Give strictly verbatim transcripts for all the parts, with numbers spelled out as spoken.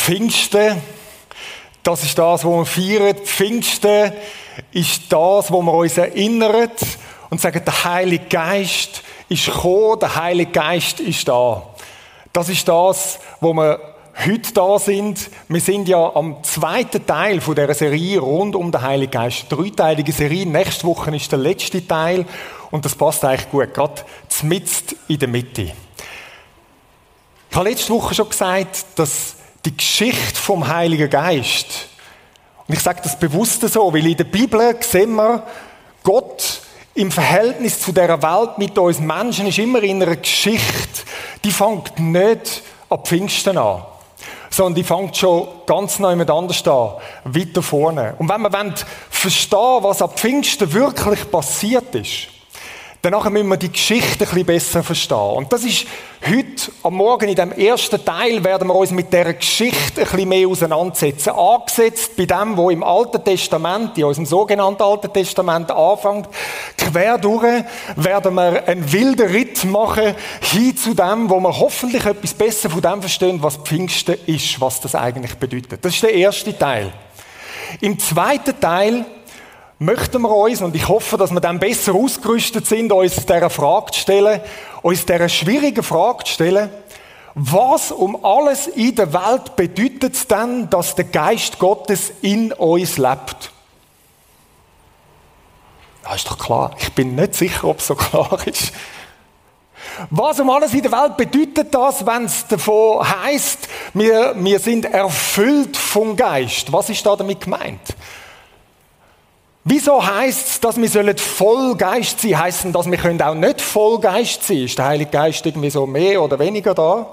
Pfingsten, das ist das, was wir feiern. Pfingsten ist das, wo wir uns erinnern und sagen, der Heilige Geist ist gekommen, der Heilige Geist ist da. Das ist das, wo wir heute da sind. Wir sind ja am zweiten Teil von dieser Serie rund um den Heiligen Geist. Dreiteilige Serie. Nächste Woche ist der letzte Teil und das passt eigentlich gut, gerade mitten in der Mitte. Ich habe letzte Woche schon gesagt, dass die Geschichte vom Heiligen Geist, und ich sage das bewusst so, weil in der Bibel sehen wir, Gott im Verhältnis zu dieser Welt mit uns Menschen ist immer in einer Geschichte, die fängt nicht ab Pfingsten an, sondern die fängt schon ganz neu mit anders an, weiter vorne. Und wenn wir verstehen wollen, was ab Pfingsten wirklich passiert ist, danach müssen wir die Geschichte ein bisschen besser verstehen. Und das ist heute am Morgen in dem ersten Teil werden wir uns mit dieser Geschichte ein bisschen mehr auseinandersetzen. Angesetzt bei dem, was im Alten Testament, in unserem sogenannten Alten Testament anfängt, quer durch werden wir einen wilden Ritt machen hin zu dem, wo wir hoffentlich etwas besser von dem verstehen, was Pfingsten ist, was das eigentlich bedeutet. Das ist der erste Teil. Im zweiten Teil möchten wir uns, und ich hoffe, dass wir dann besser ausgerüstet sind, uns dieser Frage zu stellen, uns dieser schwierigen Frage zu stellen, was um alles in der Welt bedeutet es denn, dass der Geist Gottes in uns lebt? Das ist doch klar. Ich bin nicht sicher, ob es so klar ist. Was um alles in der Welt bedeutet das, wenn es davon heisst, wir, wir sind erfüllt vom Geist? Was ist da damit gemeint? Wieso heisst es, dass wir voll Geist sein sollen? Heisst es, dass wir auch nicht voll Geist sein können? Ist der Heilige Geist irgendwie so mehr oder weniger da?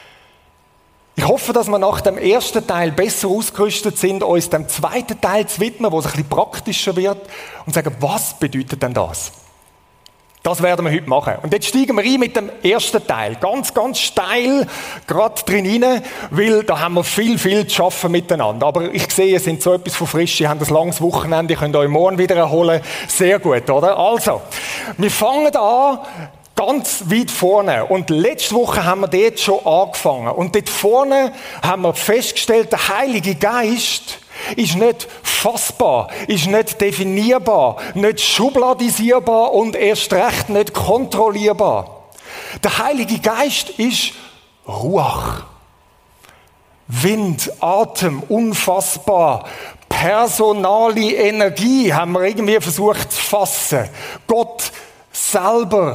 Ich hoffe, dass wir nach dem ersten Teil besser ausgerüstet sind, uns dem zweiten Teil zu widmen, wo es ein bisschen praktischer wird und sagen, was bedeutet denn das? Das werden wir heute machen. Und jetzt steigen wir ein mit dem ersten Teil. Ganz, ganz steil, gerade drin rein, weil da haben wir viel, viel zu schaffen miteinander. Aber ich sehe, es sind so etwas von frisch, ihr habt ein langes Wochenende, ihr könnt euch morgen wieder erholen. Sehr gut, oder? Also, wir fangen an, ganz weit vorne. Und letzte Woche haben wir dort schon angefangen. Und dort vorne haben wir festgestellt, der Heilige Geist ist nicht fassbar, ist nicht definierbar, nicht schubladisierbar und erst recht nicht kontrollierbar. Der Heilige Geist ist Ruach. Wind, Atem, unfassbar. Personale Energie haben wir irgendwie versucht zu fassen. Gott selber,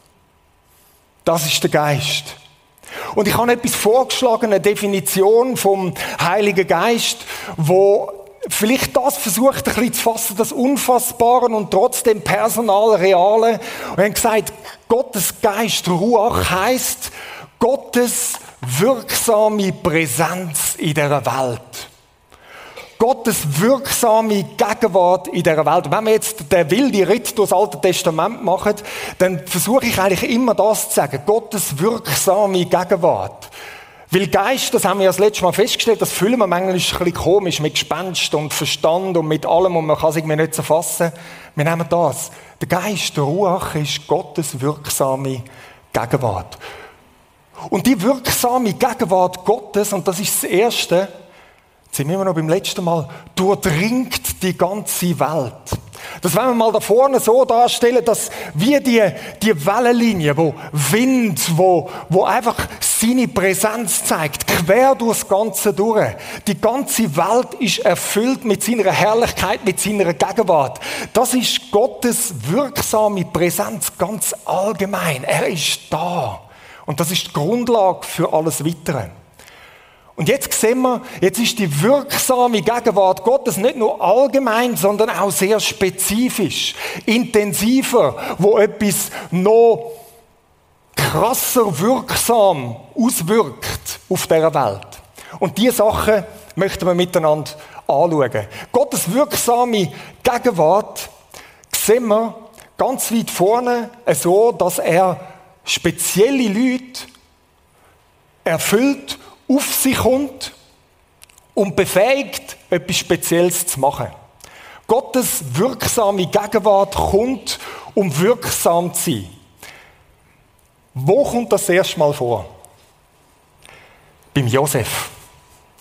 das ist der Geist. Und ich habe etwas vorgeschlagen, eine Definition vom Heiligen Geist, wo vielleicht das versucht, ein bisschen zu fassen, das Unfassbare und trotzdem personal Reale. Und wir haben gesagt, Gottes Geist, Ruach, heisst Gottes wirksame Präsenz in dieser Welt. Gottes wirksame Gegenwart in dieser Welt. Und wenn wir jetzt den wilden Ritt durchs Alte Testament machen, dann versuche ich eigentlich immer das zu sagen. Gottes wirksame Gegenwart. Weil Geist, das haben wir ja das letzte Mal festgestellt, das füllen wir manchmal ein bisschen komisch mit Gespenst und Verstand und mit allem und man kann es irgendwie nicht so fassen. Wir nehmen das. Der Geist, der Ruach, ist Gottes wirksame Gegenwart. Und die wirksame Gegenwart Gottes, und das ist das Erste, jetzt sind wir immer noch beim letzten Mal, durchdringt die ganze Welt. Das wollen wir mal da vorne so darstellen, dass wie die, die Wellenlinie, wo Wind, wo, wo einfach seine Präsenz zeigt, quer durchs Ganze durch. Die ganze Welt ist erfüllt mit seiner Herrlichkeit, mit seiner Gegenwart. Das ist Gottes wirksame Präsenz ganz allgemein. Er ist da. Und das ist die Grundlage für alles Weitere. Und jetzt sehen wir, jetzt ist die wirksame Gegenwart Gottes nicht nur allgemein, sondern auch sehr spezifisch, intensiver, wo etwas noch krasser wirksam auswirkt auf dieser Welt. Und diese Sachen möchten wir miteinander anschauen. Gottes wirksame Gegenwart sehen wir ganz weit vorne so, dass er spezielle Leute erfüllt, auf sich kommt und befähigt, etwas Spezielles zu machen. Gottes wirksame Gegenwart kommt, um wirksam zu sein. Wo kommt das erste Mal vor? Beim Josef.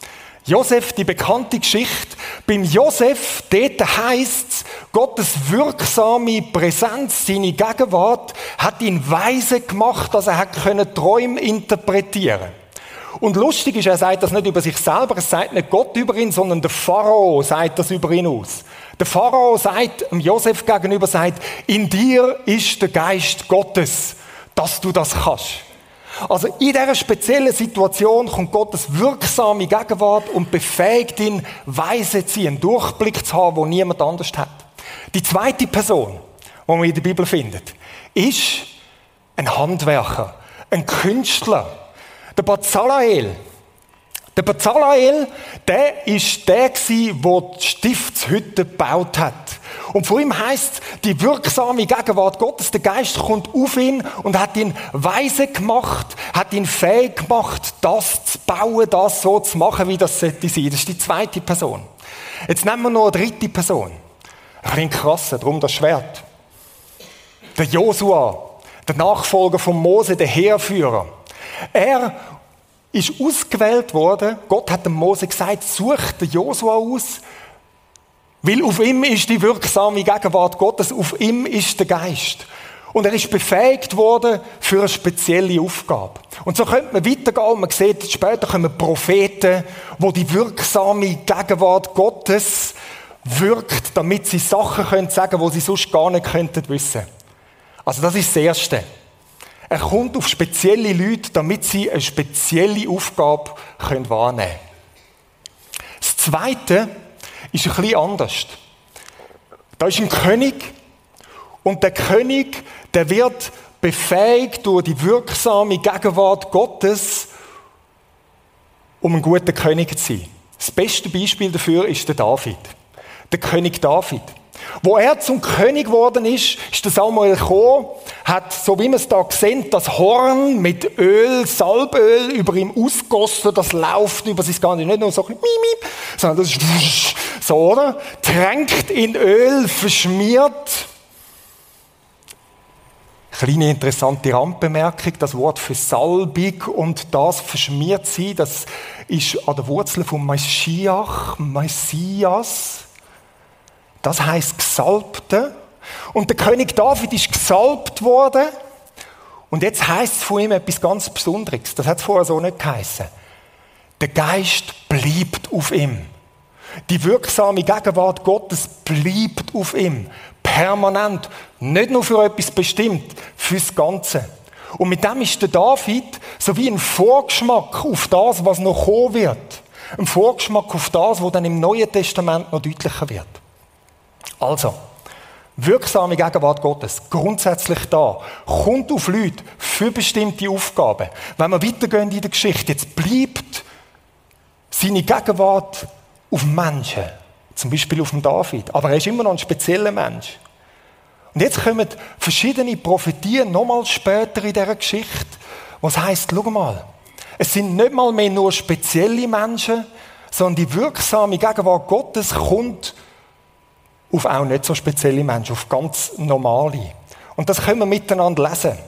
Josef, die bekannte Geschichte. Beim Josef, dort heisst es, Gottes wirksame Präsenz, seine Gegenwart, hat ihn weise gemacht, dass er hat Träume interpretieren konnte. Und lustig ist, er sagt das nicht über sich selber, es sagt nicht Gott über ihn, sondern der Pharao sagt das über ihn aus. Der Pharao sagt dem Josef gegenüber, sagt, in dir ist der Geist Gottes, dass du das kannst. Also in dieser speziellen Situation kommt Gottes wirksame Gegenwart und befähigt ihn, weise zu sein, einen Durchblick zu haben, den niemand anders hat. Die zweite Person, die man in der Bibel findet, ist ein Handwerker, ein Künstler. Der Bezaleel. Der Bezaleel, der ist der gsi, der die Stiftshütte gebaut hat. Und von ihm heisst, die wirksame Gegenwart Gottes, der Geist kommt auf ihn und hat ihn weise gemacht, hat ihn fähig gemacht, das zu bauen, das so zu machen, wie das sollte sein. Das ist die zweite Person. Jetzt nehmen wir noch eine dritte Person. Ein bisschen krasser, darum das Schwert. Der Josua, der Nachfolger von Mose, der Heerführer. Er ist ausgewählt worden. Gott hat dem Mose gesagt, such den Josua aus, weil auf ihm ist die wirksame Gegenwart Gottes, auf ihm ist der Geist. Und er ist befähigt worden für eine spezielle Aufgabe. Und so könnte man weitergehen und man sieht, später kommen Propheten, wo die wirksame Gegenwart Gottes wirkt, damit sie Sachen können sagen, die sie sonst gar nicht könnten wissen. Also das ist das Erste. Er kommt auf spezielle Leute, damit sie eine spezielle Aufgabe wahrnehmen können. Das Zweite ist ein bisschen anders. Da ist ein König und der König, der wird befähigt durch die wirksame Gegenwart Gottes, um ein guter König zu sein. Das beste Beispiel dafür ist der David. Der König David. Wo er zum König geworden ist, ist der Samuel gekommen, hat, so wie wir es da sehen, das Horn mit Öl, Salböl über ihm ausgossen, das läuft über sein Ganzes, nicht nur so ein bisschen, sondern das ist so, oder? Tränkt in Öl, verschmiert. Kleine interessante Randbemerkung, das Wort für Salbung und das verschmiert sein, das ist an der Wurzel vom Messiach, Messias. Das heisst Gesalbte. Und der König David ist gesalbt worden. Und jetzt heisst es von ihm etwas ganz Besonderes. Das hat es vorher so nicht geheissen. Der Geist bleibt auf ihm. Die wirksame Gegenwart Gottes bleibt auf ihm. Permanent. Nicht nur für etwas bestimmt, fürs Ganze. Und mit dem ist der David so wie ein Vorgeschmack auf das, was noch kommen wird. Ein Vorgeschmack auf das, was dann im Neuen Testament noch deutlicher wird. Also, wirksame Gegenwart Gottes, grundsätzlich da, kommt auf Leute für bestimmte Aufgaben. Wenn wir weitergehen in der Geschichte, jetzt bleibt seine Gegenwart auf Menschen, zum Beispiel auf dem David, aber er ist immer noch ein spezieller Mensch. Und jetzt kommen verschiedene Prophetien nochmal später in dieser Geschichte, was heisst, schau mal, es sind nicht mal mehr nur spezielle Menschen, sondern die wirksame Gegenwart Gottes kommt auf auch nicht so spezielle Menschen, auf ganz normale. Und das können wir miteinander lesen.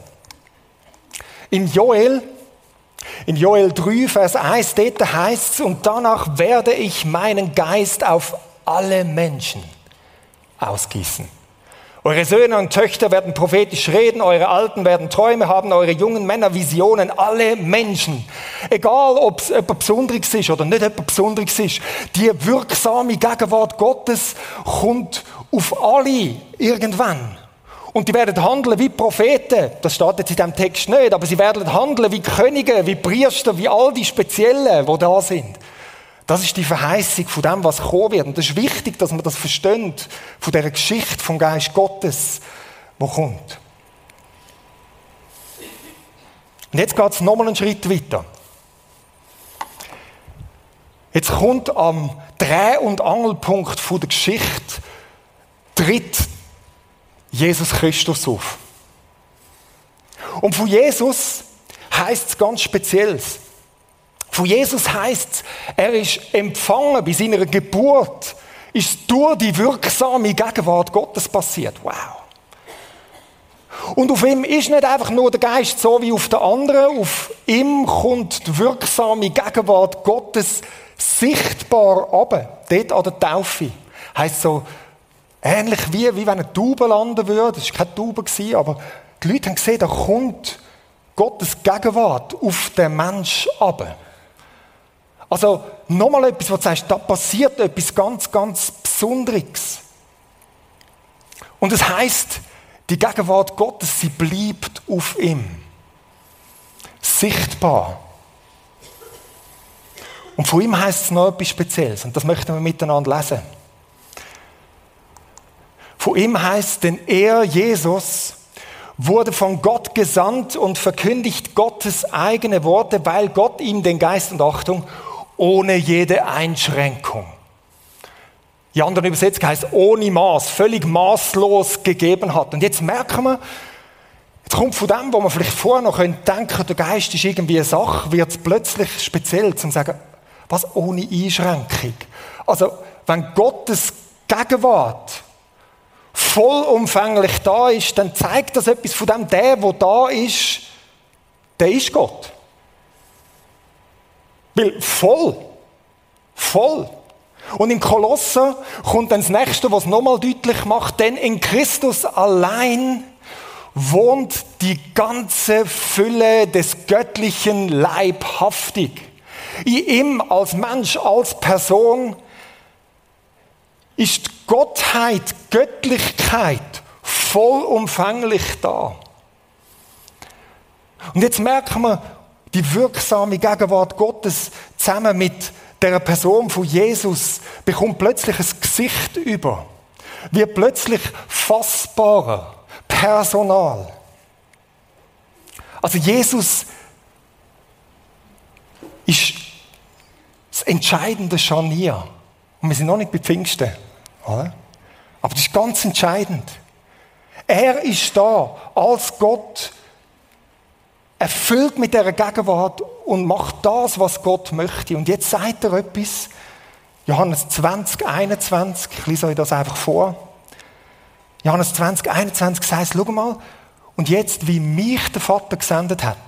In Joel, in Joel drei, Vers eins, dort heißt es, und danach werde ich meinen Geist auf alle Menschen ausgießen. Eure Söhne und Töchter werden prophetisch reden, eure Alten werden Träume haben, eure jungen Männer Visionen, alle Menschen. Egal, ob es etwas Besonderes ist oder nicht etwas Besonderes ist, die wirksame Gegenwart Gottes kommt auf alle irgendwann. Und die werden handeln wie Propheten. Das steht jetzt in diesem Text nicht, aber sie werden handeln wie Könige, wie Priester, wie all die Speziellen, die da sind. Das ist die Verheißung von dem, was kommen wird. Und es ist wichtig, dass man das versteht, von dieser Geschichte vom Geist Gottes, die kommt. Und jetzt geht es nochmal einen Schritt weiter. Jetzt kommt am Dreh- und Angelpunkt von der Geschichte, tritt Jesus Christus auf. Und von Jesus heisst es ganz Spezielles. Von Jesus heisst es, er ist empfangen bei seiner Geburt, ist durch die wirksame Gegenwart Gottes passiert. Wow. Und auf ihm ist nicht einfach nur der Geist so wie auf der anderen. Auf ihm kommt die wirksame Gegenwart Gottes sichtbar runter. Dort an der Taufe. Heisst so, ähnlich wie, wie wenn eine Taube landen würde. Das war keine Taube, aber die Leute haben gesehen, da kommt Gottes Gegenwart auf den Menschen runter. Also, nochmal etwas, wo du sagst, da passiert etwas ganz, ganz Besonderes. Und es heisst, die Gegenwart Gottes, sie bleibt auf ihm. Sichtbar. Und von ihm heisst es noch etwas Spezielles. Und das möchten wir miteinander lesen. Von ihm heisst, denn er, Jesus, wurde von Gott gesandt und verkündigt Gottes eigene Worte, weil Gott ihm den Geist und Achtung ohne jede Einschränkung. Die andere Übersetzung heißt ohne Maß, völlig maßlos gegeben hat. Und jetzt merken wir, jetzt kommt von dem, wo man vielleicht vorher noch denken könnte, der Geist ist irgendwie eine Sache, wird es plötzlich speziell, zum sagen, was ohne Einschränkung. Also, wenn Gottes Gegenwart vollumfänglich da ist, dann zeigt das etwas von dem, der, der da ist, der ist Gott. Weil voll, voll. Und in Kolosser kommt dann das Nächste, was nochmal deutlich macht, denn in Christus allein wohnt die ganze Fülle des Göttlichen leibhaftig. In ihm als Mensch, als Person ist Gottheit, Göttlichkeit vollumfänglich da. Und jetzt merken wir, die wirksame Gegenwart Gottes zusammen mit der Person von Jesus bekommt plötzlich ein Gesicht über. Wird plötzlich fassbarer, personal. Also Jesus ist das entscheidende Scharnier. Und wir sind noch nicht bei Pfingsten. Oder? Aber das ist ganz entscheidend. Er ist da als Gott, erfüllt mit dieser Gegenwart und macht das, was Gott möchte. Und jetzt sagt er etwas, Johannes zwanzig, einundzwanzig, ich lese euch das einfach vor. Johannes zwanzig, einundzwanzig sagt, schau mal, und jetzt, wie mich der Vater gesendet hat,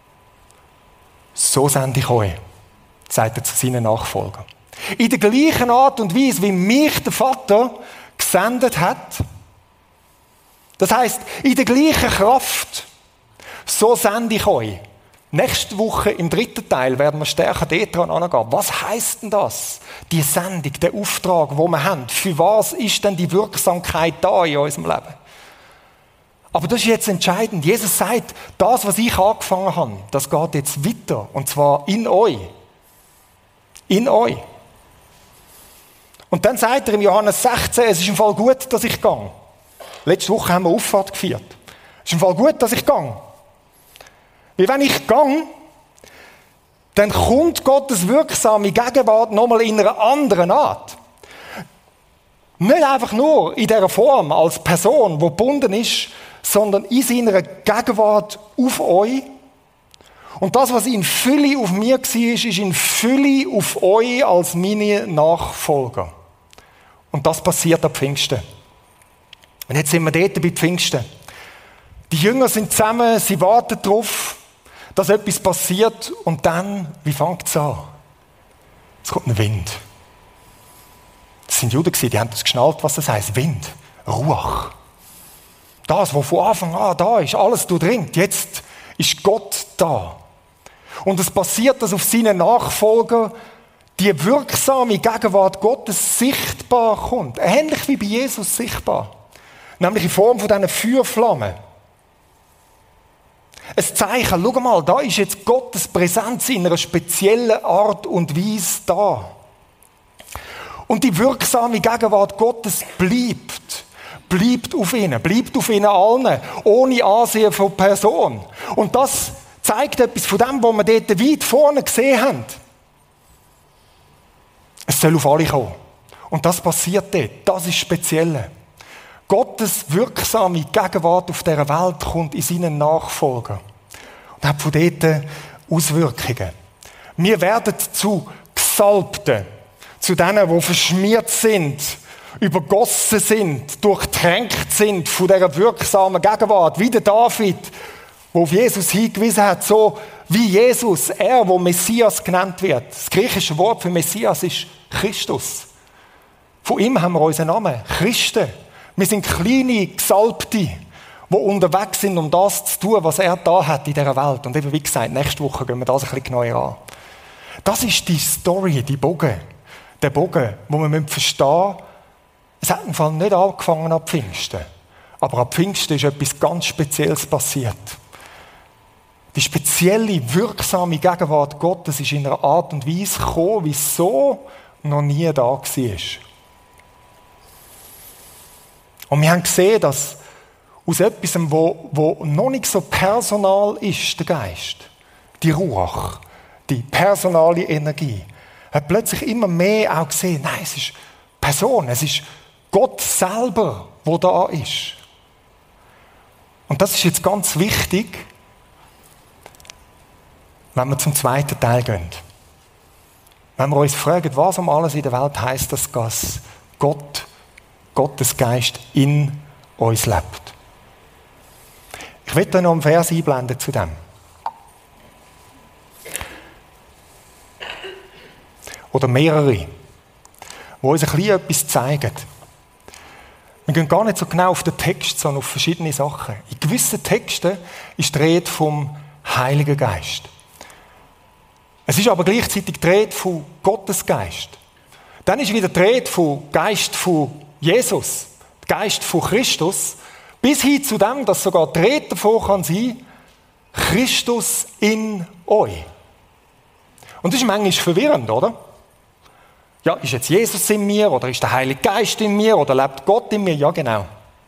so sende ich euch, sagt er zu seinen Nachfolgern. In der gleichen Art und Weise, wie mich der Vater gesendet hat, das heisst, in der gleichen Kraft, so sende ich euch. Nächste Woche im dritten Teil werden wir stärker dort dran angehen. Was heisst denn das? Die Sendung, der Auftrag, den wir haben. Für was ist denn die Wirksamkeit da in unserem Leben? Aber das ist jetzt entscheidend. Jesus sagt, das, was ich angefangen habe, das geht jetzt weiter. Und zwar in euch. In euch. Und dann sagt er im Johannes sechzehn, es ist im Fall gut, dass ich gehe. Letzte Woche haben wir Auffahrt gefeiert. Es ist im Fall gut, dass ich gehe. Weil wenn ich gehe, dann kommt Gottes wirksame Gegenwart nochmal in einer anderen Art. Nicht einfach nur in dieser Form als Person, die gebunden ist, sondern in seiner Gegenwart auf euch. Und das, was in Fülle auf mir war, ist in Fülle auf euch als meine Nachfolger. Und das passiert ab Pfingsten. Und jetzt sind wir dort bei Pfingsten. Die Jünger sind zusammen, sie warten darauf, dass etwas passiert und dann, wie fängt es an? Es kommt ein Wind. Das sind Juden, die haben das geschnallt, was das heisst. Wind, Ruach. Das, was von Anfang an da ist, alles durchdringt. Jetzt ist Gott da. Und es passiert, dass auf seinen Nachfolger die wirksame Gegenwart Gottes sichtbar kommt. Ähnlich wie bei Jesus sichtbar. Nämlich in Form von diesen Feuerflammen. Ein Zeichen, schau mal, da ist jetzt Gottes Präsenz in einer speziellen Art und Weise da. Und die wirksame Gegenwart Gottes bleibt. Bleibt auf ihnen, bleibt auf ihnen allen, ohne Ansehen von Person. Und das zeigt etwas von dem, was wir dort weit vorne gesehen haben. Es soll auf alle kommen. Und das passiert dort. Das ist speziell. Gottes wirksame Gegenwart auf dieser Welt kommt in seinen Nachfolger und hat von dort Auswirkungen. Wir werden zu Gesalbten, zu denen, die verschmiert sind übergossen sind, durchtränkt sind von dieser wirksamen Gegenwart, wie der David, der auf Jesus hingewiesen hat, so wie Jesus, er, wo Messias genannt wird. Das griechische Wort für Messias ist Christus. Von ihm haben wir unseren Namen, Christen. Wir sind kleine Gesalbte, die unterwegs sind, um das zu tun, was er da hat in dieser Welt. Und eben, wie gesagt, nächste Woche gehen wir das ein bisschen genauer an. Das ist die Story, die Bogen. Der Bogen, wo wir verstehen müssen, es hat im Fall nicht angefangen ab Pfingsten. Aber ab Pfingsten ist etwas ganz Spezielles passiert. Die spezielle, wirksame Gegenwart Gottes ist in einer Art und Weise gekommen, wie es so noch nie da war. Und wir haben gesehen, dass aus etwas, wo, wo noch nicht so personal ist, der Geist, die Ruach, die personale Energie, hat plötzlich immer mehr auch gesehen, nein, es ist Person, es ist Gott selber, der da ist. Und das ist jetzt ganz wichtig, wenn wir zum zweiten Teil gehen. Wenn wir uns fragen, was um alles in der Welt heisst, dass Gott, Gottes Geist in uns lebt. Ich will euch noch einen Vers einblenden zu dem. Oder mehrere, die uns ein bisschen etwas zeigen. Wir gehen gar nicht so genau auf den Text, sondern auf verschiedene Sachen. In gewissen Texten ist die Rede vom Heiligen Geist. Es ist aber gleichzeitig die Rede von Gottes Geist. Dann ist wieder die Rede vom Geist von Jesus, der Geist von Christus, bis hin zu dem, dass sogar die Rede davon kann sein, Christus in euch. Und das ist manchmal verwirrend, oder? Ja, ist jetzt Jesus in mir oder ist der Heilige Geist in mir oder lebt Gott in mir? Ja, genau.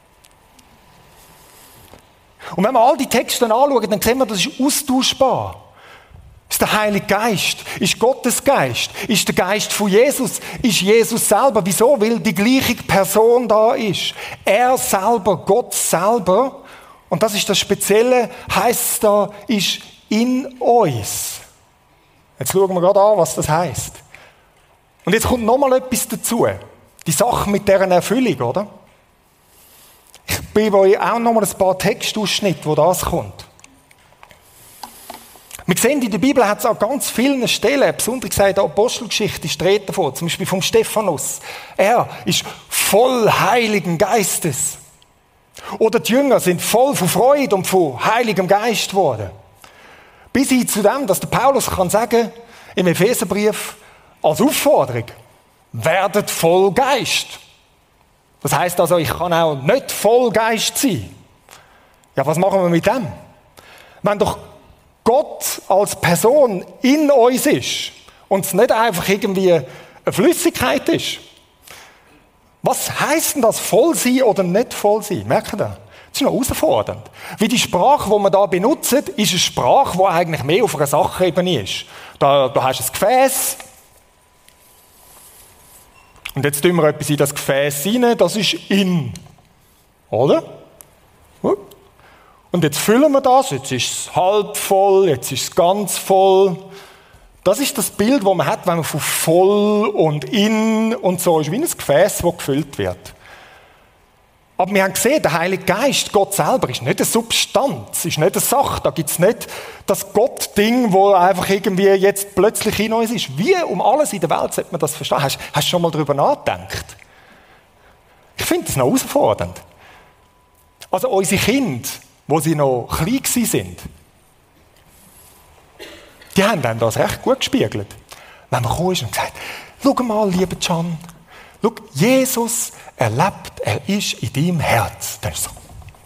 Und wenn wir all die Texte anschauen, dann sehen wir, das ist austauschbar. Ist der Heilige Geist? Ist Gottes Geist? Ist der Geist von Jesus? Ist Jesus selber? Wieso? Weil die gleiche Person da ist. Er selber, Gott selber, und das ist das Spezielle, heisst da, ist in uns. Jetzt schauen wir gerade an, was das heisst. Und jetzt kommt noch mal etwas dazu. Die Sache mit deren Erfüllung, oder? Ich gebe euch auch noch mal ein paar Textausschnitte, wo das kommt. Wir sehen, in der Bibel hat es an ganz vielen Stellen, besonders in der Apostelgeschichte, ist die Rede davon, zum Beispiel vom Stephanus. Er ist voll Heiligen Geistes. Oder die Jünger sind voll von Freude und von Heiligem Geist geworden. Bis hin zu dem, dass der Paulus kann sagen, im Epheserbrief, als Aufforderung, werdet voll Geist. Das heisst also, ich kann auch nicht voll Geist sein. Ja, was machen wir mit dem? Wenn doch Gott als Person in uns ist und es nicht einfach irgendwie eine Flüssigkeit ist. Was heisst denn das, voll sein oder nicht voll sein? Merkt ihr das? Das ist noch herausfordernd. Wie die Sprache, die wir da benutzen, ist eine Sprache, die eigentlich mehr auf einer Sachebene ist. Da, da hast du ein Gefäß. Und jetzt tun wir etwas in das Gefäß rein, das ist in. Oder? Und jetzt füllen wir das, jetzt ist es halb voll, jetzt ist es ganz voll. Das ist das Bild, das man hat, wenn man von voll und in und so ist, wie ein Gefäß, das gefüllt wird. Aber wir haben gesehen, der Heilige Geist, Gott selber, ist nicht eine Substanz, ist nicht eine Sache. Da gibt es nicht das Gott-Ding, wo einfach irgendwie jetzt plötzlich in uns ist. Wie um alles in der Welt sollte man das verstehen? Hast, hast du schon mal darüber nachgedacht? Ich finde das noch herausfordernd. Also unsere Kinder, wo sie noch klein waren, die haben einem das recht gut gespiegelt. Wenn man kam und gesagt, schau mal, lieber Can, schau, Jesus, er lebt, er ist in deinem Herz. Dann ist so,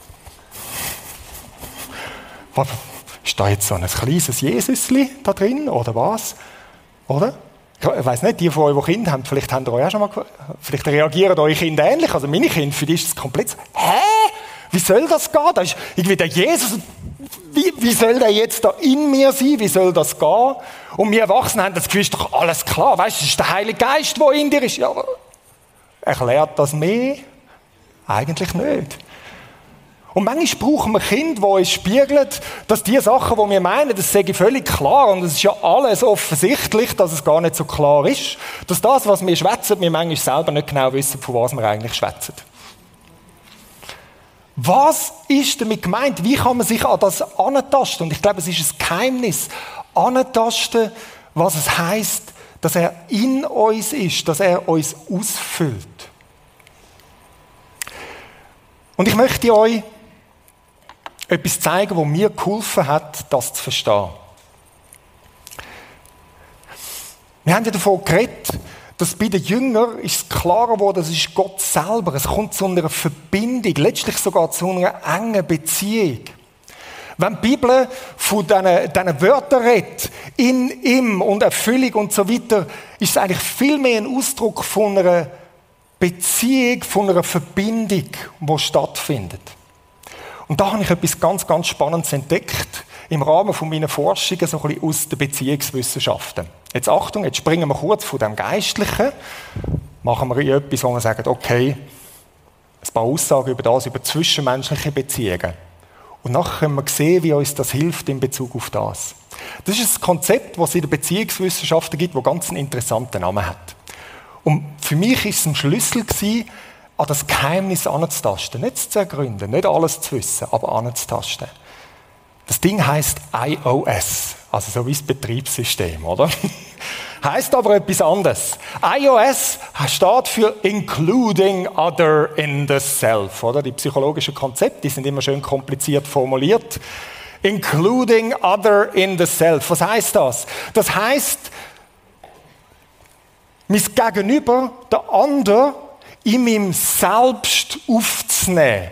was, ist da jetzt so ein kleines Jesusli da drin, oder was? Oder? Ich weiss nicht, die von euch, die Kinder haben, vielleicht haben ihr euch auch schon mal, vielleicht reagieren eure Kinder ähnlich. Also meine Kinder, für die ist es komplett so, hä? Wie soll das gehen? Da ist irgendwie der Jesus, wie, wie soll der jetzt da in mir sein? Wie soll das gehen? Und wir Erwachsenen haben das Gefühl, ist doch alles klar. Weißt du, es ist der Heilige Geist, der in dir ist. Ja, aber erklärt das mehr? Eigentlich nicht. Und manchmal brauchen wir Kinder, die uns spiegeln, dass die Sachen, die wir meinen, das sage ich völlig klar und es ist ja alles offensichtlich, dass es gar nicht so klar ist, dass das, was wir schwätzen, wir manchmal selber nicht genau wissen, von was wir eigentlich schwätzen. Was ist damit gemeint? Wie kann man sich an das antasten? Und ich glaube, es ist ein Geheimnis. Antasten, was es heisst, dass er in uns ist, dass er uns ausfüllt. Und ich möchte euch etwas zeigen, was mir geholfen hat, das zu verstehen. Wir haben ja davon geredet, dass bei den Jüngern ist es klarer geworden, das ist Gott selber. Es kommt zu einer Verbindung, letztlich sogar zu einer engen Beziehung. Wenn die Bibel von diesen, diesen Wörtern redet, in, im und Erfüllung und so weiter, ist es eigentlich viel mehr ein Ausdruck von einer Beziehung, von einer Verbindung, die stattfindet. Und da habe ich etwas ganz, ganz Spannendes entdeckt, im Rahmen von meiner Forschungen, so ein bisschen aus den Beziehungswissenschaften. Jetzt Achtung, jetzt springen wir kurz von dem Geistlichen, machen wir etwas, wo wir sagen, okay, ein paar Aussagen über das, über zwischenmenschliche Beziehungen. Und nachher können wir sehen, wie uns das hilft in Bezug auf das. Das ist ein Konzept, das es in den Beziehungswissenschaften gibt, das ganz einen interessanten Namen hat. Und für mich war es ein Schlüssel gewesen, an das Geheimnis anzutasten. Nicht zu ergründen, nicht alles zu wissen, aber anzutasten. Das Ding heisst I O S, also so wie das Betriebssystem, oder? Heißt aber etwas anderes. I O S steht für Including Other in the Self, oder? Die psychologischen Konzepte, die sind immer schön kompliziert formuliert. Including Other in the Self. Was heißt das? Das heisst, mein Gegenüber, der andere, in meinem Selbst aufzunehmen.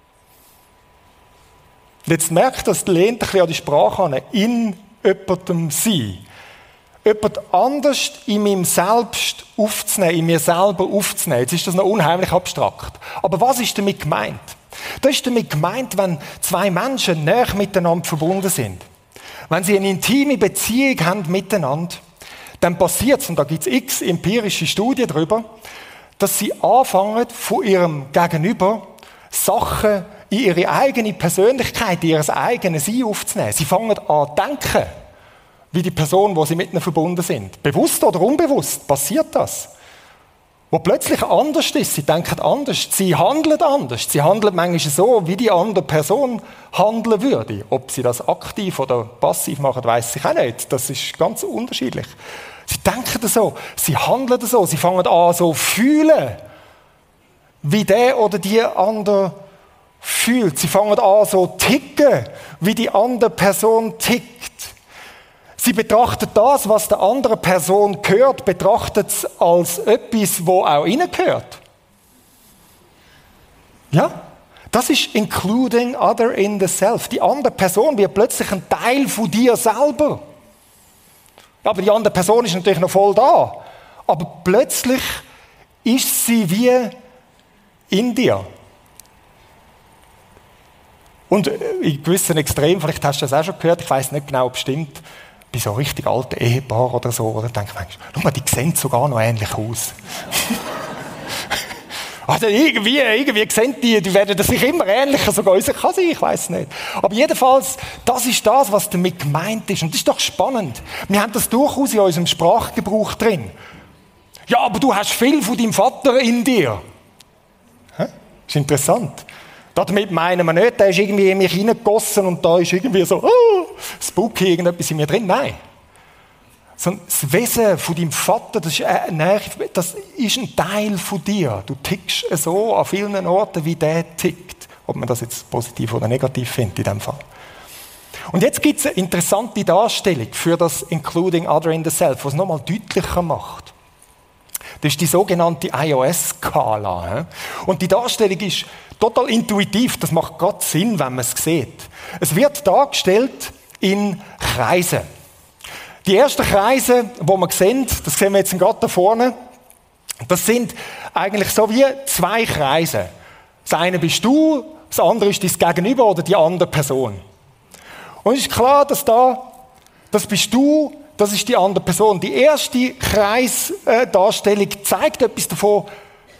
Jetzt merkt das, lehnt ein bisschen an die Sprache an, in jemandem sein. Jemand anders in meinem Selbst aufzunehmen, in mir selber aufzunehmen. Jetzt ist das noch unheimlich abstrakt. Aber was ist damit gemeint? Das ist damit gemeint, wenn zwei Menschen näher miteinander verbunden sind. Wenn sie eine intime Beziehung haben miteinander, dann passiert es, und da gibt es x empirische Studien darüber, dass sie anfangen, von ihrem Gegenüber Sachen in ihre eigene Persönlichkeit, in ihr eigenes Sein aufzunehmen. Sie fangen an zu denken, wie die Person, wo sie mit ihnen verbunden sind. Bewusst oder unbewusst passiert das. Wo plötzlich anders ist, sie denken anders, sie handeln anders. Sie handeln manchmal so, wie die andere Person handeln würde. Ob sie das aktiv oder passiv machen, weiss ich auch nicht. Das ist ganz unterschiedlich. Sie denken so, sie handeln so, sie fangen an so zu fühlen, wie der oder die andere fühlt. Sie fangen an so zu ticken, wie die andere Person tickt. Sie betrachtet das, was der anderen Person gehört, betrachtet es als etwas, wo auch ihnen gehört. Ja? Das ist including other in the self. Die andere Person wird plötzlich ein Teil von dir selber. Aber die andere Person ist natürlich noch voll da. Aber plötzlich ist sie wie in dir. Und in gewissen Extremen, vielleicht hast du das auch schon gehört, ich weiss nicht genau, ob es stimmt, bei so richtig alten Ehepaaren oder so, oder denke ich manchmal, schau mal, die sehen sogar noch ähnlich aus. Also irgendwie, irgendwie sehen die, die werden sich immer ähnlicher, sogar unser kann sein, ich weiss nicht. Aber jedenfalls, das ist das, was damit gemeint ist. Und das ist doch spannend. Wir haben das durchaus in unserem Sprachgebrauch drin. Ja, aber du hast viel von deinem Vater in dir. Hä? Das ist interessant. Damit meinen wir nicht, der ist irgendwie in mich hineingegossen und da ist irgendwie so, oh, spooky, irgendetwas in mir drin. Nein. Sondern das Wesen von deinem Vater, das ist, äh, das ist ein Teil von dir. Du tickst so an vielen Orten, wie der tickt. Ob man das jetzt positiv oder negativ findet in diesem Fall. Und jetzt gibt es eine interessante Darstellung für das Including Other in the Self, was es nochmal deutlicher macht. Das ist die sogenannte I O S-Skala. Und die Darstellung ist total intuitiv, das macht gerade Sinn, wenn man es sieht. Es wird dargestellt in Kreisen. Die ersten Kreise, die wir sehen, das sehen wir jetzt gerade da vorne, das sind eigentlich so wie zwei Kreise. Das eine bist du, das andere ist dein Gegenüber oder die andere Person. Und es ist klar, dass da, das bist du, das ist die andere Person. Die erste Kreisdarstellung zeigt etwas davon,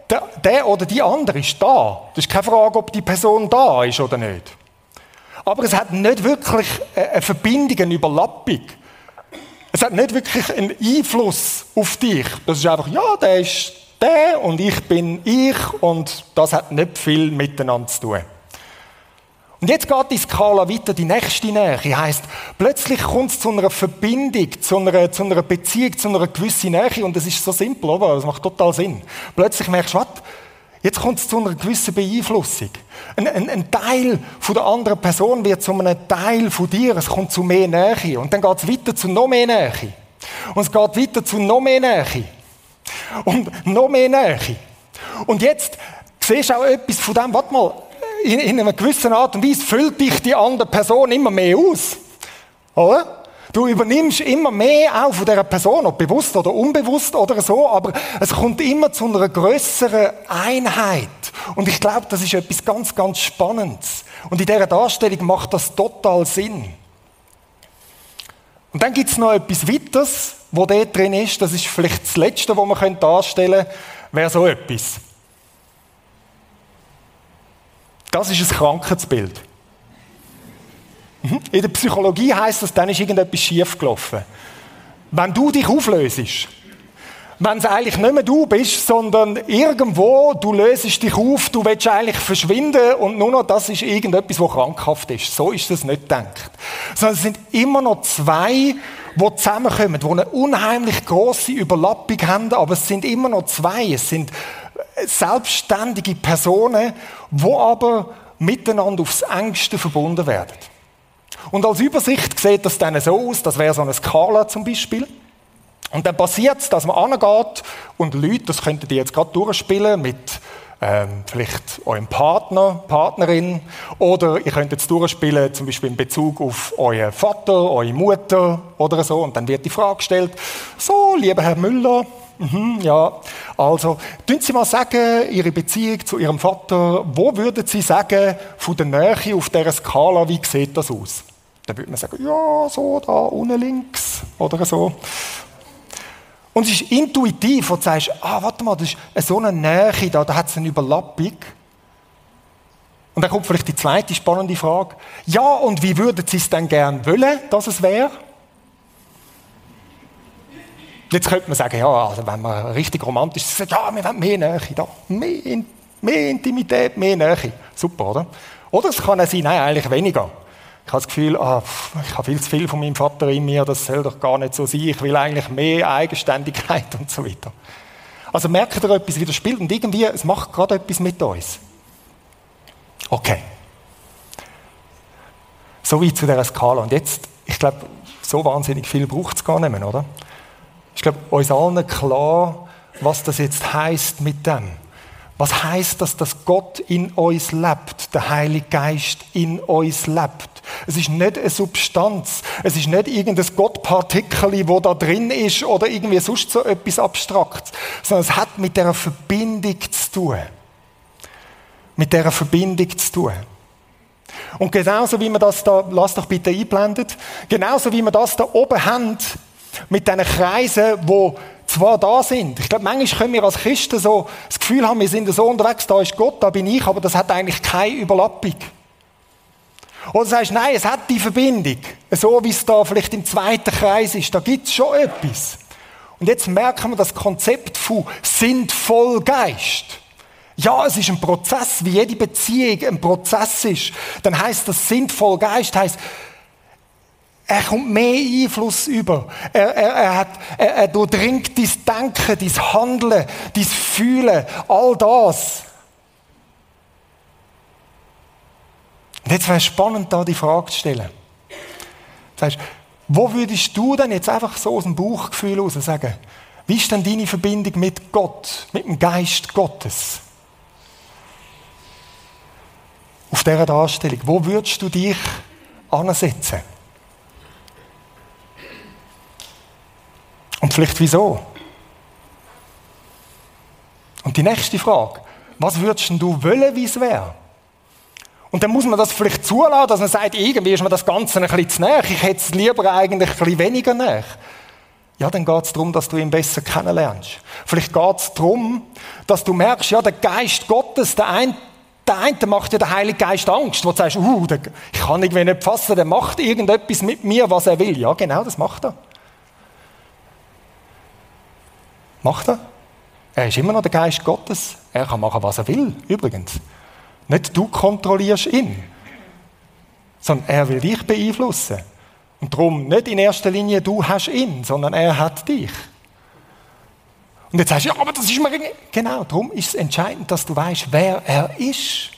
der, der oder die andere ist da. Das ist keine Frage, ob die Person da ist oder nicht. Aber es hat nicht wirklich eine Verbindung, eine Überlappung. Es hat nicht wirklich einen Einfluss auf dich. Das ist einfach, ja, der ist der und ich bin ich und das hat nicht viel miteinander zu tun. Und jetzt geht die Skala weiter, die nächste Nähe. Heisst, plötzlich kommt es zu einer Verbindung, zu einer, zu einer Beziehung, zu einer gewissen Nähe und das ist so simpel, oder? Das macht total Sinn. Plötzlich merkst du, was? Jetzt kommt es zu einer gewissen Beeinflussung. Ein, ein, ein Teil von der anderen Person wird zu einem Teil von dir. Es kommt zu mehr Nähe. Und dann geht es weiter zu noch mehr Nähe. Und es geht weiter zu noch mehr Nähe. Und noch mehr Nähe. Und jetzt siehst du auch etwas von dem, warte mal, in, in einer gewissen Art und Weise füllt dich die andere Person immer mehr aus. Oder? Du übernimmst immer mehr auch von dieser Person, ob bewusst oder unbewusst oder so, aber es kommt immer zu einer grösseren Einheit. Und ich glaube, das ist etwas ganz, ganz Spannendes. Und in dieser Darstellung macht das total Sinn. Und dann gibt es noch etwas weiteres, wo dort drin ist. Das ist vielleicht das Letzte, was man darstellen könnte, wäre so etwas. Das ist ein Krankheitsbild. In der Psychologie heisst das, dann ist irgendetwas schiefgelaufen. Wenn du dich auflöst, wenn es eigentlich nicht mehr du bist, sondern irgendwo, du löst dich auf, du willst eigentlich verschwinden und nur noch das ist irgendetwas, was krankhaft ist. So ist das nicht gedacht. Sondern es sind immer noch zwei, die zusammenkommen, die eine unheimlich grosse Überlappung haben, aber es sind immer noch zwei. Es sind selbstständige Personen, die aber miteinander aufs Engste verbunden werden. Und als Übersicht sieht das dann so aus, das wäre so eine Skala zum Beispiel. Und dann passiert es, dass man angeht und Leute, das könntet ihr jetzt gerade durchspielen mit ähm, vielleicht eurem Partner, Partnerin, oder ihr könnt jetzt durchspielen zum Beispiel in Bezug auf euren Vater, eure Mutter oder so, und dann wird die Frage gestellt, so, lieber Herr Müller, mhm, ja, also, tun Sie mal sagen, Ihre Beziehung zu Ihrem Vater, wo würden Sie sagen, von der Nähe auf dieser Skala, wie sieht das aus? Dann würde man sagen, ja, so, da unten links, oder so. Und es ist intuitiv, wo du sagst, ah, warte mal, das ist so eine Nähe da, da hat es eine Überlappung. Und dann kommt vielleicht die zweite spannende Frage. Ja, und wie würden Sie es denn gerne wollen, dass es wäre? Jetzt könnte man sagen, ja, also wenn man richtig romantisch ist, ja, wir wollen mehr Nähe da, mehr, mehr Intimität, mehr Nähe. Super, oder? Oder es kann auch sein, nein, eigentlich weniger. Ich habe das Gefühl, ah, ich habe viel zu viel von meinem Vater in mir, das soll doch gar nicht so sein, ich will eigentlich mehr Eigenständigkeit und so weiter. Also merkt ihr etwas, wie das spielt und irgendwie, es macht gerade etwas mit uns. Okay. So weit zu dieser Skala. Und jetzt, ich glaube, so wahnsinnig viel braucht es gar nicht mehr, oder? Ich glaube, uns allen klar, was das jetzt heisst mit dem. Was heisst das, dass Gott in uns lebt, der Heilige Geist in uns lebt? Es ist nicht eine Substanz, es ist nicht irgendein Gottpartikel, das da drin ist oder irgendwie sonst so etwas Abstraktes, sondern es hat mit dieser Verbindung zu tun. Mit dieser Verbindung zu tun. Und genauso wie wir das da, lass doch bitte einblendet, genauso wie wir das da oben haben, mit diesen Kreisen, die zwar da sind. Ich glaube, manchmal können wir als Christen so das Gefühl haben, wir sind so unterwegs, da ist Gott, da bin ich, aber das hat eigentlich keine Überlappung. Oder du sagst, nein, es hat die Verbindung. So wie es da vielleicht im zweiten Kreis ist, da gibt es schon etwas. Und jetzt merken wir das Konzept von sinnvoll Geist. Ja, es ist ein Prozess, wie jede Beziehung ein Prozess ist. Dann heisst das sinnvoll Geist, heisst, er kommt mehr Einfluss über. Er, er, er, hat, er, er durchdringt dein Denken, dein Handeln, dein Fühlen, all das. Und jetzt wäre es spannend, da die Frage zu stellen. Das heißt, wo würdest du denn jetzt einfach so aus dem Bauchgefühl heraus sagen, wie ist denn deine Verbindung mit Gott, mit dem Geist Gottes? Auf dieser Darstellung, wo würdest du dich ansetzen? Und vielleicht wieso? Und die nächste Frage, was würdest du wollen, wie es wäre? Und dann muss man das vielleicht zulassen, dass man sagt, irgendwie ist mir das Ganze ein bisschen zu nahe, ich hätte es lieber eigentlich ein bisschen weniger nahe. Ja, dann geht es darum, dass du ihn besser kennenlernst. Vielleicht geht es darum, dass du merkst, ja, der Geist Gottes, der eine, der eine macht ja der Heilige Geist Angst, wo du sagst, uh, der, ich kann irgendwie nicht fassen, der macht irgendetwas mit mir, was er will. Ja, genau, das macht er. Macht er. Er ist immer noch der Geist Gottes. Er kann machen, was er will, übrigens. Nicht du kontrollierst ihn, sondern er will dich beeinflussen. Und darum nicht in erster Linie, du hast ihn, sondern er hat dich. Und jetzt sagst du, ja, aber das ist mir... Genau, darum ist es entscheidend, dass du weißt, wer er ist.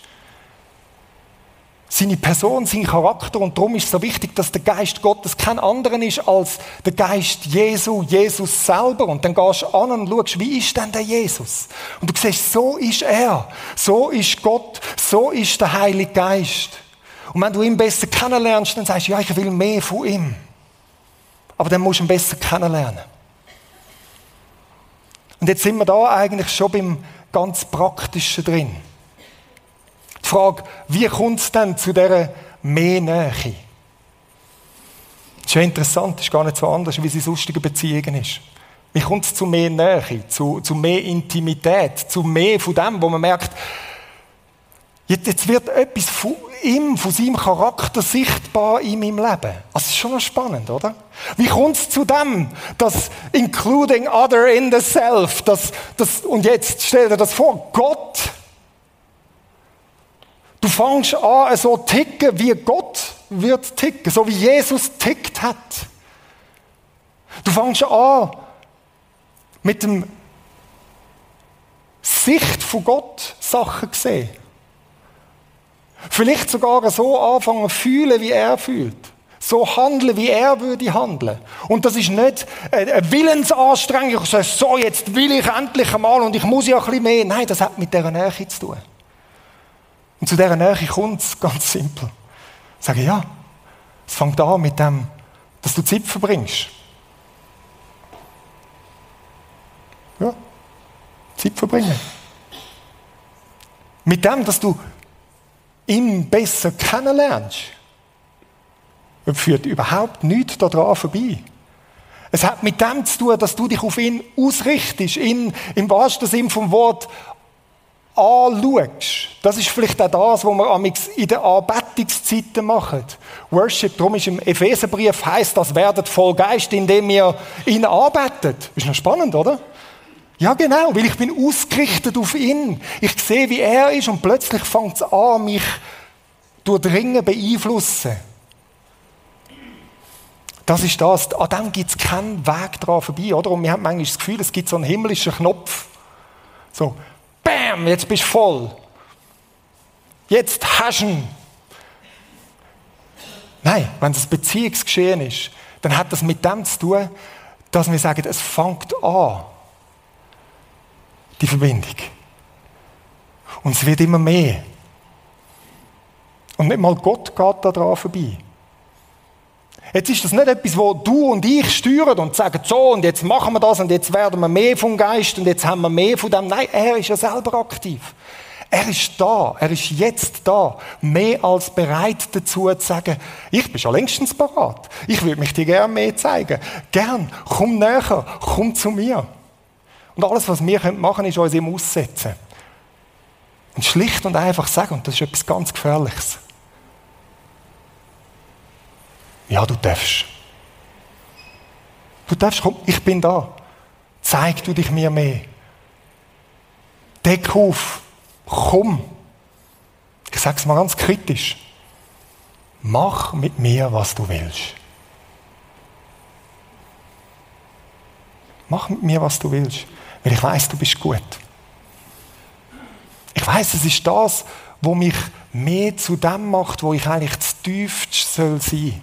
Seine Person, sein Charakter. Und darum ist es so wichtig, dass der Geist Gottes kein anderer ist als der Geist Jesu, Jesus selber. Und dann gehst du an und schaust, wie ist denn der Jesus? Und du siehst, so ist er. So ist Gott. So ist der Heilige Geist. Und wenn du ihn besser kennenlernst, dann sagst du, ja, ich will mehr von ihm. Aber dann musst du ihn besser kennenlernen. Und jetzt sind wir da eigentlich schon beim ganz Praktischen drin. Die Frage, wie kommt es denn zu dieser mehr Nähe? Das ist ja interessant, das ist gar nicht so anders, wie es in sonstigen Beziehungen ist. Wie kommt es zu mehr Nähe, zu, zu mehr Intimität, zu mehr von dem, wo man merkt, Jetzt, jetzt wird etwas von ihm, von seinem Charakter sichtbar in meinem Leben. Also das ist schon noch spannend, oder? Wie kommt es zu dem, dass including other in the self, das, das, und jetzt stell dir das vor, Gott, du fängst an, so ticken, wie Gott wird ticken, so wie Jesus tickt hat. Du fängst an, mit dem Sicht von Gott Sachen zu sehen. Vielleicht sogar so anfangen zu fühlen, wie er fühlt. So handeln, wie er würde handeln. Und das ist nicht eine Willensanstrengung, ich sage, so, jetzt will ich endlich einmal und ich muss ja ein bisschen mehr. Nein, das hat mit dieser Nähe zu tun. Und zu dieser Nähe kommt es ganz simpel. Ich sage, ja, es fängt an mit dem, dass du Zeit verbringst. Ja, Zeit verbringen. Mit dem, dass du ihn besser kennenlernst, führt überhaupt nichts daran vorbei. Es hat mit dem zu tun, dass du dich auf ihn ausrichtest, ihn im wahrsten Sinn vom Wort anschaust. Das ist vielleicht auch das, was wir in den Anbetungszeiten machen. Worship, darum ist im Epheserbrief heisst, das werdet voll Geist, indem ihr ihn anbetet. Ist noch spannend, oder? Ja, genau, weil ich bin ausgerichtet auf ihn. Ich sehe, wie er ist und plötzlich fängt es an, mich durchdringen, beeinflussen. Das ist das. An dem gibt es keinen Weg dran vorbei, oder? Und wir haben manchmal das Gefühl, es gibt so einen himmlischen Knopf. So, bam, jetzt bist du voll. Jetzt hast du ihn. Nein, wenn es ein Beziehungsgeschehen ist, dann hat das mit dem zu tun, dass wir sagen, es fängt an. Die Verbindung. Und es wird immer mehr. Und nicht mal Gott geht da dran vorbei. Jetzt ist das nicht etwas, wo du und ich steuern und sagen, so, und jetzt machen wir das und jetzt werden wir mehr vom Geist und jetzt haben wir mehr von dem. Nein, er ist ja selber aktiv. Er ist da, er ist jetzt da, mehr als bereit dazu zu sagen, ich bin schon längstens bereit. Ich würde mich dir gerne mehr zeigen. Gern, komm näher, komm zu mir. Und alles, was wir machen können, ist uns ihm aussetzen. Und schlicht und einfach sagen, und das ist etwas ganz Gefährliches. Ja, du darfst. Du darfst, komm, ich bin da. Zeig du dich mir mehr. Deck auf. Komm. Ich sage es mal ganz kritisch. Mach mit mir, was du willst. Mach mit mir, was du willst. Weil ich weiss, du bist gut. Ich weiss, es ist das, was mich mehr zu dem macht, wo ich eigentlich zu tiefst soll sein.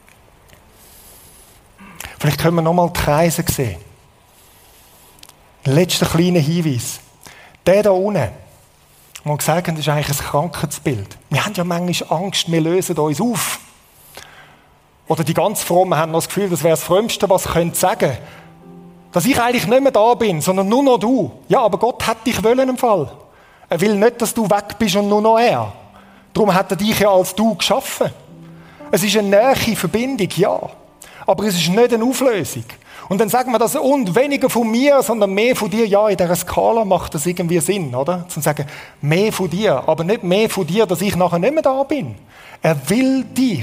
Vielleicht können wir nochmal die Kreise sehen. Letzter kleiner Hinweis. Der da unten, wo wir gesagt haben, das ist eigentlich ein Krankheitsbild. Wir haben ja manchmal Angst, wir lösen uns auf. Oder die ganz Frommen haben noch das Gefühl, das wäre das Frömmste, was sie sagen können. Dass ich eigentlich nicht mehr da bin, sondern nur noch du. Ja, aber Gott hat dich wollen im Fall. Er will nicht, dass du weg bist und nur noch er. Darum hat er dich ja als du geschaffen. Es ist eine nähe Verbindung, ja. Aber es ist nicht eine Auflösung. Und dann sagen wir das, und weniger von mir, sondern mehr von dir. Ja, in dieser Skala macht das irgendwie Sinn, oder? Zu sagen, mehr von dir, aber nicht mehr von dir, dass ich nachher nicht mehr da bin. Er will dich.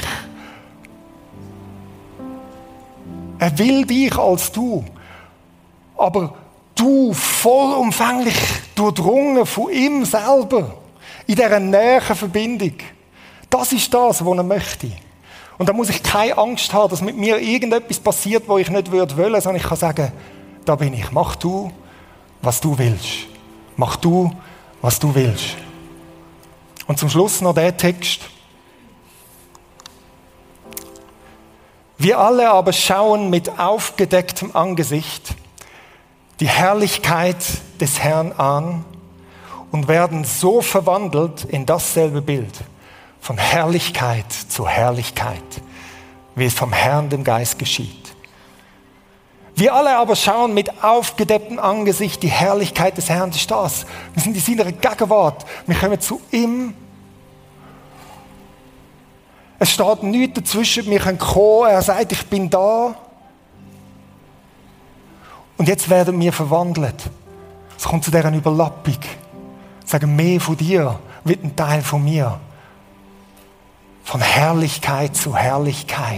Er will dich als du. Aber du vollumfänglich durchdrungen von ihm selber. In dieser näheren Verbindung. Das ist das, was er möchte. Und da muss ich keine Angst haben, dass mit mir irgendetwas passiert, wo ich nicht wollen würde, sondern ich kann sagen, da bin ich. Mach du, was du willst. Mach du, was du willst. Und zum Schluss noch der Text. Wir alle aber schauen mit aufgedecktem Angesicht die Herrlichkeit des Herrn an und werden so verwandelt in dasselbe Bild, von Herrlichkeit zu Herrlichkeit, wie es vom Herrn, dem Geist, geschieht. Wir alle aber schauen mit aufgedecktem Angesicht die Herrlichkeit des Herrn. Das ist das. Wir sind in seiner Gegenwart. Wir kommen zu ihm. Es steht nichts dazwischen. Wir können kommen. Er sagt, ich bin da. Und jetzt werden wir verwandelt. Es kommt zu dieser Überlappung. Sagen, mehr von dir wird ein Teil von mir. Von Herrlichkeit zu Herrlichkeit.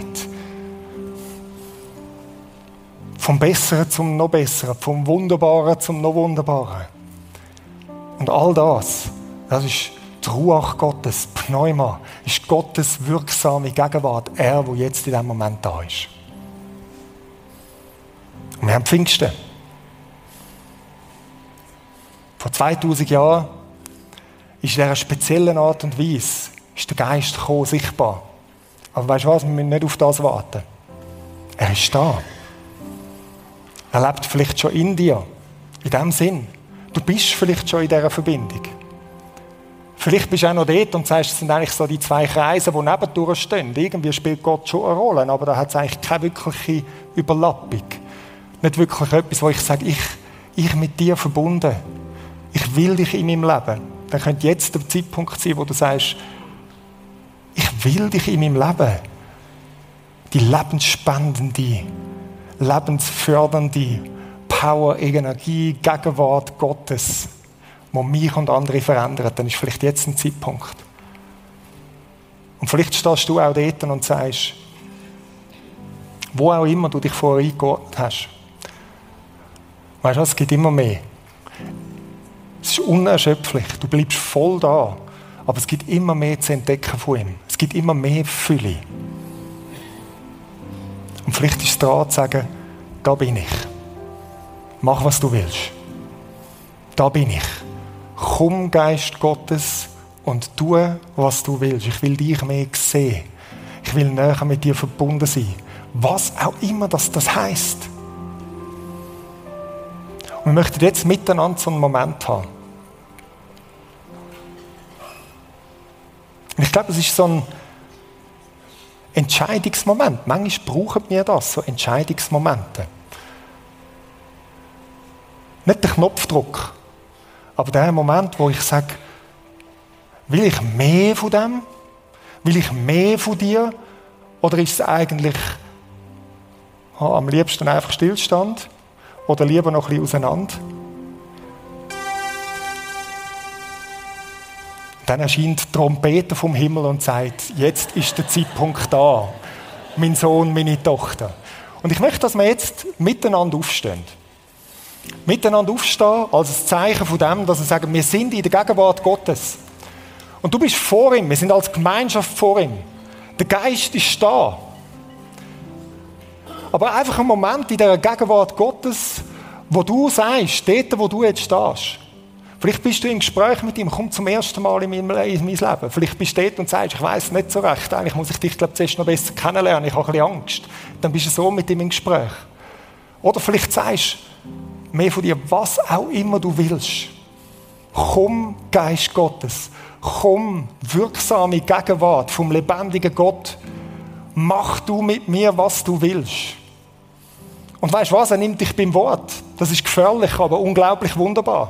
Vom Besseren zum noch Besseren. Vom Wunderbaren zum noch Wunderbaren. Und all das, das ist die Ruach Gottes, Pneuma, ist Gottes wirksame Gegenwart. Er, der jetzt in diesem Moment da ist. Und wir haben Pfingsten. Vor zweitausend Jahren ist in dieser speziellen Art und Weise ist der Geist gekommen, sichtbar. Aber weißt du was, wir müssen nicht auf das warten. Er ist da. Er lebt vielleicht schon in dir. In dem Sinn. Du bist vielleicht schon in dieser Verbindung. Vielleicht bist du auch noch dort und sagst, es sind eigentlich so die zwei Kreise, die nebendurch stehen. Irgendwie spielt Gott schon eine Rolle, aber da hat es eigentlich keine wirkliche Überlappung. Nicht wirklich etwas, wo ich sage, ich, ich mit dir verbunden. Ich will dich in meinem Leben. Dann könnte jetzt der Zeitpunkt sein, wo du sagst, ich will dich in meinem Leben. Die lebensspendende, lebensfördernde Power, Energie, Gegenwart Gottes, die mich und andere verändert, dann ist vielleicht jetzt ein Zeitpunkt. Und vielleicht stehst du auch dort und sagst, wo auch immer du dich vorher eingeordnet hast, weißt du, es gibt immer mehr. Es ist unerschöpflich, du bleibst voll da, aber es gibt immer mehr zu entdecken von ihm. Es gibt immer mehr Fülle. Und vielleicht ist es dran zu sagen, da bin ich. Mach, was du willst. Da bin ich. Komm, Geist Gottes, und tu, was du willst. Ich will dich mehr sehen. Ich will näher mit dir verbunden sein. Was auch immer das, das heisst. Und wir möchten jetzt miteinander so einen Moment haben. Und ich glaube, es ist so ein Entscheidungsmoment. Manchmal brauchen wir das, so Entscheidungsmomente. Nicht der Knopfdruck, aber der Moment, wo ich sage, will ich mehr von dem? Will ich mehr von dir? Oder ist es eigentlich oh, am liebsten einfach Stillstand? Oder lieber noch ein bisschen auseinander? Dann erscheint die Trompete vom Himmel und sagt, jetzt ist der Zeitpunkt da. Mein Sohn, meine Tochter. Und ich möchte, dass wir jetzt miteinander aufstehen. Miteinander aufstehen als ein Zeichen von dem, dass wir sagen, wir sind in der Gegenwart Gottes. Und du bist vor ihm, wir sind als Gemeinschaft vor ihm. Der Geist ist da. Aber einfach ein Moment in der Gegenwart Gottes, wo du sagst, dort, wo du jetzt stehst. Vielleicht bist du im Gespräch mit ihm, komm zum ersten Mal in mein, in mein Leben. Vielleicht bist du dort und sagst, ich weiss nicht so recht, eigentlich muss ich dich, glaube ich, zuerst noch besser kennenlernen, ich habe ein bisschen Angst. Dann bist du so mit ihm im Gespräch. Oder vielleicht sagst du, mehr von dir, was auch immer du willst. Komm, Geist Gottes. Komm, wirksame Gegenwart vom lebendigen Gott. Mach du mit mir, was du willst. Und weißt du was? Er nimmt dich beim Wort. Das ist gefährlich, aber unglaublich wunderbar.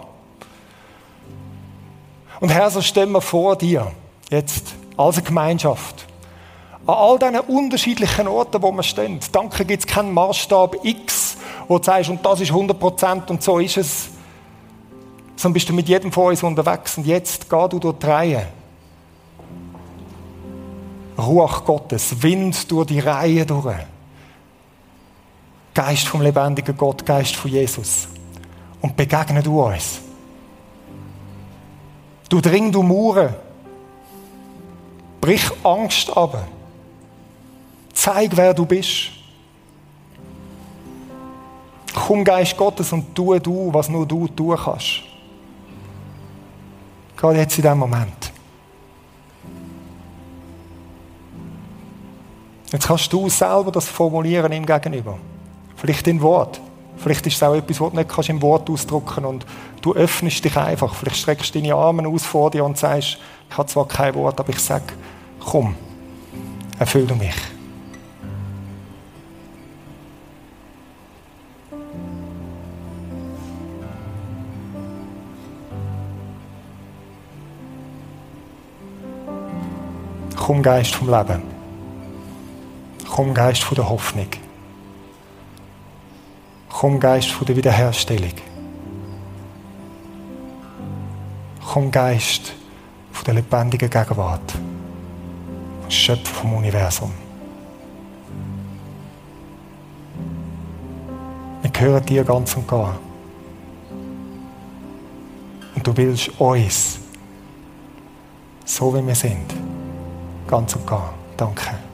Und Herr, so stellen wir vor dir, jetzt, als eine Gemeinschaft, An all diesen unterschiedlichen Orten, wo wir stehen. Danke gibt es keinen Maßstab X, wo du sagst, und das ist hundert Prozent und so ist es. Sondern bist du mit jedem von uns unterwegs. Und jetzt geh du durch die Reihe. Ruach Gottes, Wind durch die Reihe durch. Geist vom lebendigen Gott, Geist von Jesus. Und begegne du uns. Du dring du Mauern. Brich Angst ab. Zeig, wer du bist. Komm, Geist Gottes, und tue du, was nur du tun kannst. Gerade jetzt in diesem Moment. Jetzt kannst du selber das formulieren ihm gegenüber. Vielleicht in Wort. Vielleicht ist es auch etwas, was du nicht kannst im Wort ausdrücken kannst. Und du öffnest dich einfach. Vielleicht streckst du deine Arme aus vor dir und sagst, ich habe zwar kein Wort, aber ich sage, komm, erfüll du mich. Komm, Geist vom Leben. Komm, Geist von der Hoffnung. Komm, Geist von der Wiederherstellung. Komm, Geist von der lebendigen Gegenwart. Schöpfer vom Universum. Wir gehören dir ganz und gar. Und du willst uns, so wie wir sind, ganz und gar. Danke.